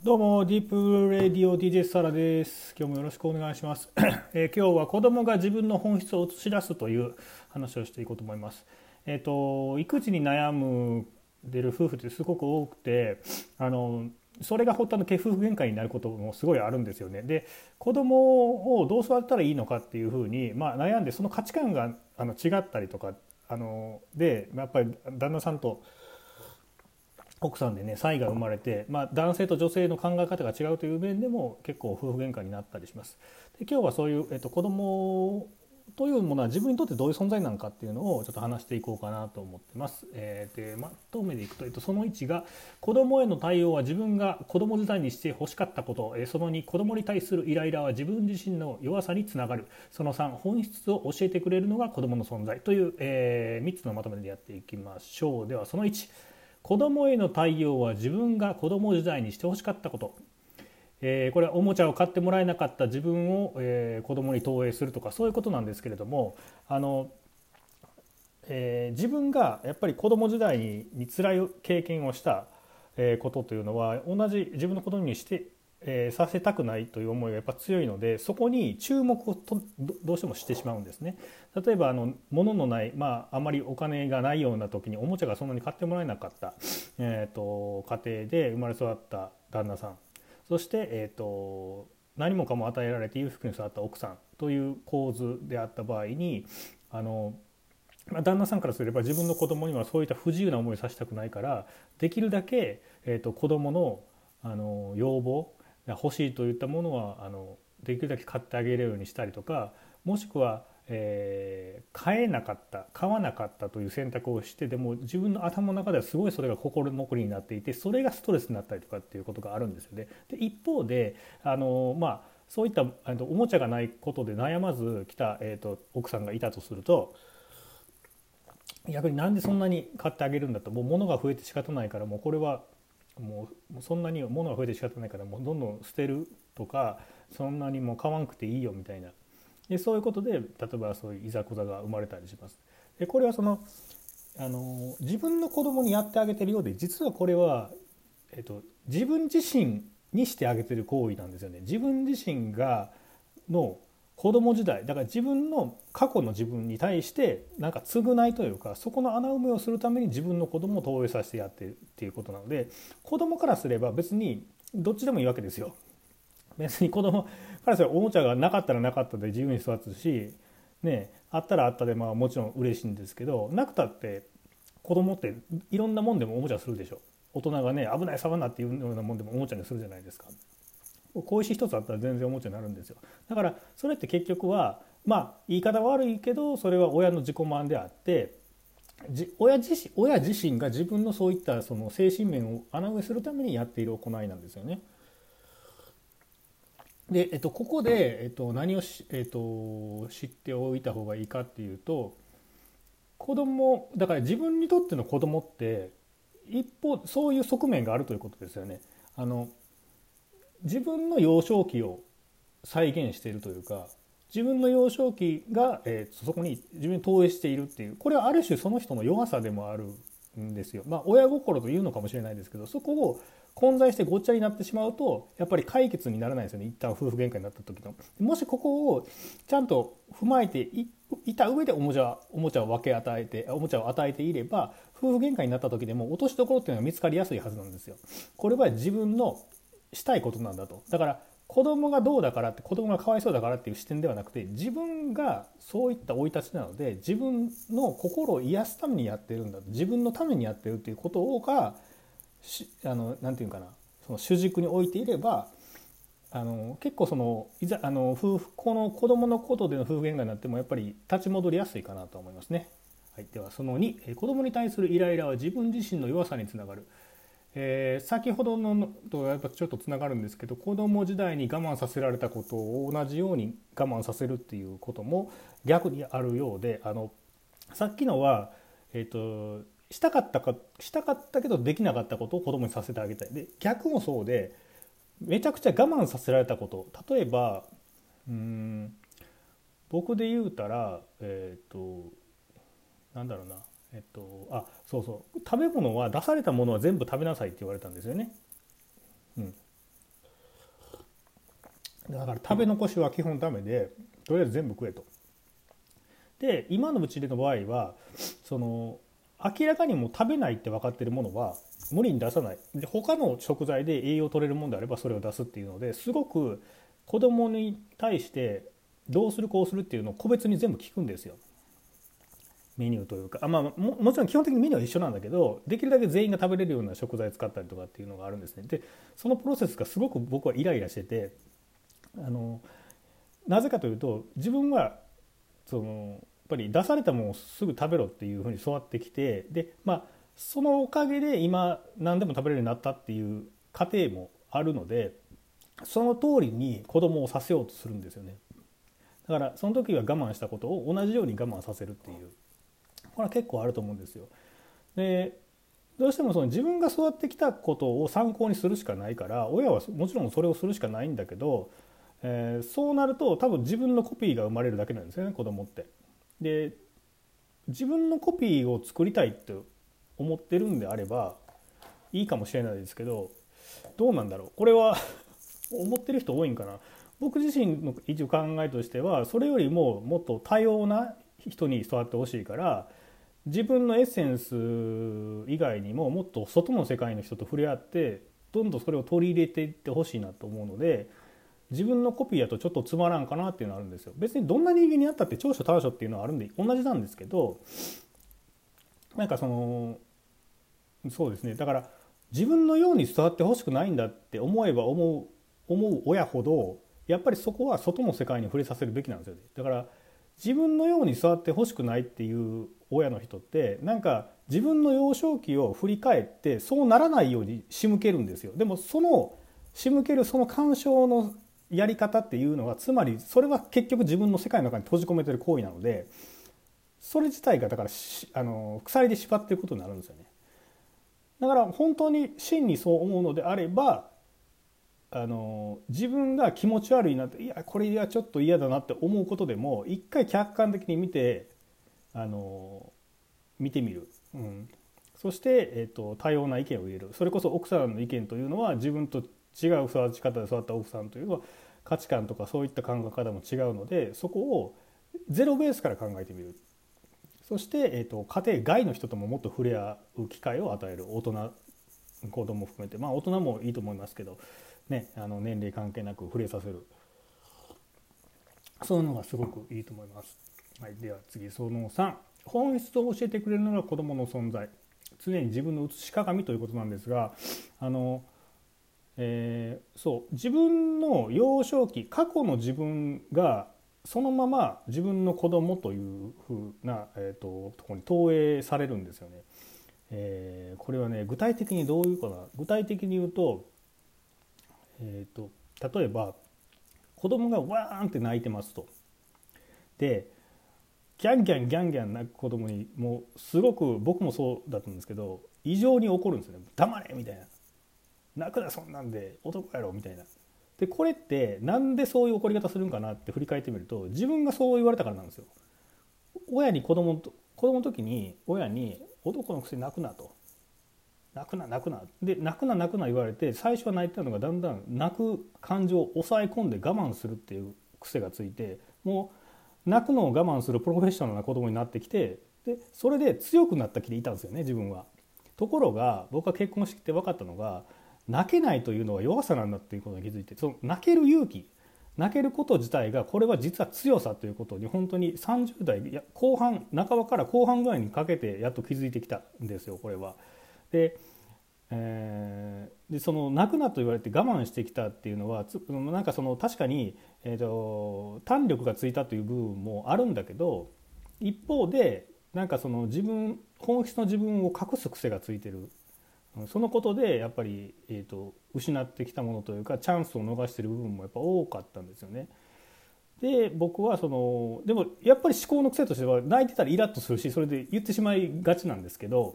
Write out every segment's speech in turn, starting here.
どうもディープレディオ DJ サラです。今日もよろしくお願いします。今日は子供が自分の本質を映し出すという話をしていこうと思います。育児に悩むでる夫婦ってすごく多くて、それが発端の夫婦喧嘩になることもすごいあるんですよね。で、子供をどう育てたらいいのかっていうふうに、悩んで、その価値観が違ったりとかで、やっぱり旦那さんと奥さんでね差異が生まれて、男性と女性の考え方が違うという面でも結構夫婦喧嘩になったりします。で、今日はそういう、子供というものは自分にとってどういう存在なのかっていうのをちょっと話していこうかなと思ってます。でまとめでいくと、その1が子供への対応は自分が子供時代にして欲しかったこと、その2子供に対するイライラは自分自身の弱さにつながる、その3本質を教えてくれるのが子供の存在という、3つのまとめでやっていきましょう。ではその1、子供への対応は自分が子供時代にしてほしかったこと。これはおもちゃを買ってもらえなかった自分を、子供に投影するとかそういうことなんですけれども、自分がやっぱり子供時代に辛い経験をした、ことというのは同じ自分の子供にして、させたくないという思いがやっぱ強いので、そこに注目をどうしてもしてしまうんですね。例えば物のない、あまりお金がないような時におもちゃがそんなに買ってもらえなかった、家庭で生まれ育った旦那さん、そして、何もかも与えられて裕福に育った奥さんという構図であった場合に、旦那さんからすれば自分の子供にはそういった不自由な思いをさせたくないから、できるだけ、子供の、要望欲しいといったものはできるだけ買ってあげれるようにしたりとか、もしくは、買わなかったという選択をしてでも自分の頭の中ではすごいそれが心残りになっていて、それがストレスになったりとかっていうことがあるんですよね。で、一方でそういったおもちゃがないことで悩まず来た、奥さんがいたとすると、逆になんでそんなに買ってあげるんだと、もう物が増えて仕方ないから、もうこれはもうそんなに物が増えて仕方ないからもうどんどん捨てるとか、そんなにもう買わんくていいよみたいな、でそういうことで例えばそういういざこざが生まれたりします。でこれは自分の子供にやってあげてるようで、実はこれは、自分自身にしてあげてる行為なんですよね。自分自身の子供時代だから、自分の過去の自分に対してなんか償いというか、そこの穴埋めをするために自分の子供を投影させてやってるっていうことなので、子供からすれば別にどっちでもいいわけですよ。別に子供からすればおもちゃがなかったらなかったで自由に育つし、ね、あったらあったでもちろん嬉しいんですけど、なくたって子供っていろんなもんでもおもちゃするでしょ。大人がね、危ない触んなっていうようなもんでもおもちゃにするじゃないですか。小石一つあったら全然おもちゃになるんですよ。だからそれって結局は言い方悪いけど、それは親の自己満であって、親自身が自分のそういったその精神面を穴埋めするためにやっている行いなんですよね。で、ここで、何を知っておいた方がいいかっていうと、子供だから自分にとっての子供って一方そういう側面があるということですよね。自分の幼少期を再現しているというか、自分の幼少期が、そこに自分に投影しているっていう、これはある種その人の弱さでもあるんですよ。親心というのかもしれないですけど、そこを混在してごっちゃになってしまうとやっぱり解決にならないですよね。一旦夫婦喧嘩になった時の、もしここをちゃんと踏まえていた上でおもちゃを分け与えておもちゃを与えていれば、夫婦喧嘩になった時でも落としどころっていうのが見つかりやすいはずなんですよ。これは自分のしたいことなんだと。だから子供がどうだからって、子供がかわいそうだからっていう視点ではなくて、自分がそういった生い立ちなので自分の心を癒すためにやってるんだと、自分のためにやってるっていうことがなんていうかな、その主軸に置いていれば、結構この子供のことでの夫婦喧嘩になってもやっぱり立ち戻りやすいかなと思いますね。はい、ではその2、子供に対するイライラは自分自身の弱さにつながる。先ほどのとやっぱちょっとつながるんですけど、子供時代に我慢させられたことを同じように我慢させるっていうことも逆にあるようで、さっきのは、したかったけどできなかったことを子供にさせてあげたい。で、逆もそうで、めちゃくちゃ我慢させられたこと、例えば僕で言うたら、なんだろうな、そうそう、食べ物は出されたものは全部食べなさいって言われたんですよね。うん、 だから食べ残しは基本ダメで、とりあえず全部食えと。で今のうちの場合はその明らかにもう食べないって分かってるものは無理に出さないで、他の食材で栄養取れるものであればそれを出すっていうので、すごく子供に対してどうするこうするっていうのを個別に全部聞くんですよ。メニューというか、もちろん基本的にメニューは一緒なんだけど、できるだけ全員が食べれるような食材を使ったりとかっていうのがあるんですね。でそのプロセスがすごく僕はイライラしてて、なぜかというと、自分はやっぱり出されたものをすぐ食べろっていうふうに教わってきて、でそのおかげで今何でも食べれるようになったっていう過程もあるので、その通りに子供をさせようとするんですよね。だからその時は我慢したことを同じように我慢させるっていう、これは結構あると思うんですよ。でどうしてもその自分が育ってきたことを参考にするしかないから、親はもちろんそれをするしかないんだけど、そうなると多分自分のコピーが生まれるだけなんですよね、子供って。で自分のコピーを作りたいって思ってるんであればいいかもしれないですけど、どうなんだろう、これは思ってる人多いんかな。僕自身の一応考えとしては、それよりももっと多様な人に育ってほしいから、自分のエッセンス以外にももっと外の世界の人と触れ合ってどんどんそれを取り入れていってほしいなと思うので、自分のコピーやとちょっとつまらんかなっていうのがあるんですよ。別にどんな人間にあったって長所短所っていうのはあるんで同じなんですけど、なんかそうですね、だから自分のように育ってほしくないんだって思えば思う親ほど、やっぱりそこは外の世界に触れさせるべきなんですよね。だから自分のように育ってほしくないっていう親の人って、なんか自分の幼少期を振り返ってそうならないように仕向けるんですよ。でもその仕向けるその干渉のやり方っていうのは、つまりそれは結局自分の世界の中に閉じ込めてる行為なので、それ自体がだから鎖で縛っていることになるんですよね。だから本当に真にそう思うのであれば、自分が気持ち悪いなって、いやこれはちょっと嫌だなって思うことでも一回客観的に見てみる、そして、多様な意見を入れる。それこそ奥さんの意見というのは自分と違う育ち方で育った奥さんというのは価値観とかそういった考え方も違うので、そこをゼロベースから考えてみる。そして、家庭外の人とももっと触れ合う機会を与える。大人、子供も含めて、大人もいいと思いますけどね、年齢関係なく触れさせる、そういうのがすごくいいと思います。はい、では次、その3、本質を教えてくれるのが子どもの存在、常に自分の映し鏡ということなんですが、そう自分の幼少期、過去の自分がそのまま自分の子供というふうな、ところに投影されるんですよね。これはね、具体的にどういうかな。具体的に言うと、例えば子供がわーんって泣いてますと。でギャンギャンギャンギャン泣く子供に、もうすごく僕もそうだったんですけど、異常に怒るんですよね。黙れみたいな、泣くなそんなんで男やろみたいな。でこれってなんでそういう怒り方するんかなって振り返ってみると、自分がそう言われたからなんですよ。親に子供の時に親に男のくせに泣くなと、泣くな泣くなで泣くな泣くな言われて、最初は泣いてたのがだんだん泣く感情を抑え込んで我慢するっていう癖がついて、もう泣くのを我慢するプロフェッショナルな子供になってきて、でそれで強くなった気でいたんですよね、自分は。ところが僕が結婚してきて分かったのが、泣けないというのは弱さなんだっていうことに気づいて、その泣ける勇気、泣けること自体がこれは実は強さということに、本当に30代後半半ばから後半ぐらいにかけてやっと気づいてきたんですよ、これは。でその泣くなと言われて我慢してきたっていうのは、なんか確かに、胆力がついたという部分もあるんだけど、一方でなんか本質の自分を隠す癖がついてる。そのことでやっぱり、失ってきたものというかチャンスを逃している部分もやっぱ多かったんですよね。で僕はでもやっぱり思考の癖としては、泣いてたらイラッとするし、それで言ってしまいがちなんですけど、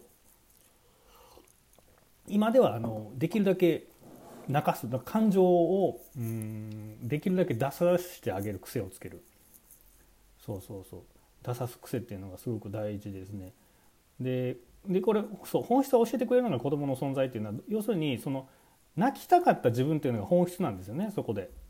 今ではできるだけ泣かす、感情をできるだけ出させてあげる癖をつける。そう出さす癖っていうのがすごく大事ですね。でこれ本質を教えてくれるのが子どもの存在っていうのは、要するに泣きたかった自分っていうのが本質なんですよね、そこで。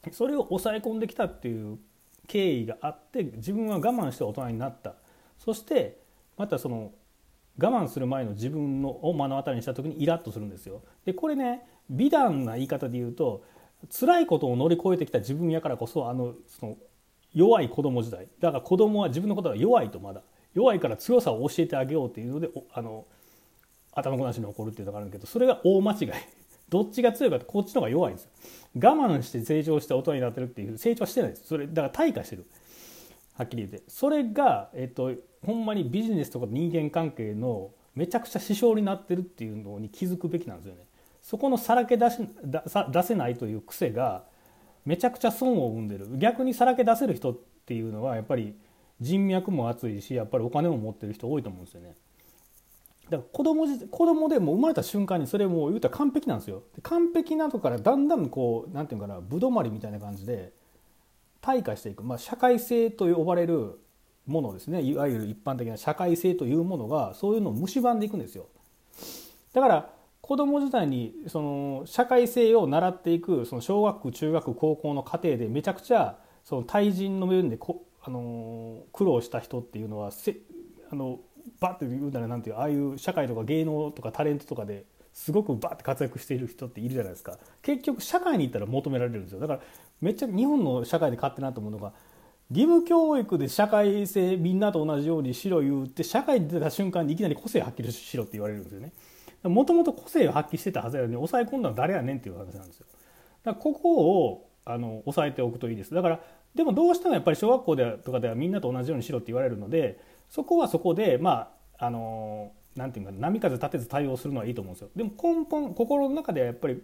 それを抑え込んできたっていう経緯があって、自分は我慢して大人になった。そしてまたその我慢する前の自分のを目の当たりにした時にイラッとするんですよ。でこれね、美談な言い方で言うと、辛いことを乗り越えてきた自分やからこそ、その弱い子供時代だから、子供は自分のことが弱いと、まだ弱いから強さを教えてあげようっていうので頭ごなしに怒るっていうのがあるんだけど、それが大間違い。どっちが強いかって、こっちの方が弱いんですよ。我慢して成長して大人になってるっていう、成長してないです。それだから退化してる、はっきり言って。それが、ほんまにビジネスとか人間関係のめちゃくちゃ支障になってるっていうのに気づくべきなんですよね。そこのさらけ出せないという癖がめちゃくちゃ損を生んでる。逆にさらけ出せる人っていうのはやっぱり人脈も厚いし、やっぱりお金も持ってる人多いと思うんですよね。だから子供でもう生まれた瞬間にそれもう言うたら完璧なんですよ。で完璧なとこからだんだんこうなんていうかな、ぶどまりみたいな感じで退化していく、社会性と呼ばれるものですね。いわゆる一般的な社会性というものがそういうのを蝕んでいくんですよ。だから子供時代にその社会性を習っていく、その小学中学高校の過程でめちゃくちゃその対人の面で苦労した人っていうのはバッて言うならなんていう、ああいう社会とか芸能とかタレントとかですごくバッて活躍している人っているじゃないですか。結局社会に行ったら求められるんですよ。だからめっちゃ日本の社会で勝手なと思うのが、義務教育で社会性みんなと同じようにしろ言って社会に出た瞬間にいきなり個性発揮しろって言われるんですよね。もともと個性を発揮してたはずなのに抑え込んだのは誰やねんっていう話なんですよ。だからここを抑えておくといいです。だからでもどうしてもやっぱり小学校とかではみんなと同じようにしろって言われるので、そこはそこでなんていうか波風立てず対応するのはいいと思うんですよ。でも根本心の中ではやっぱり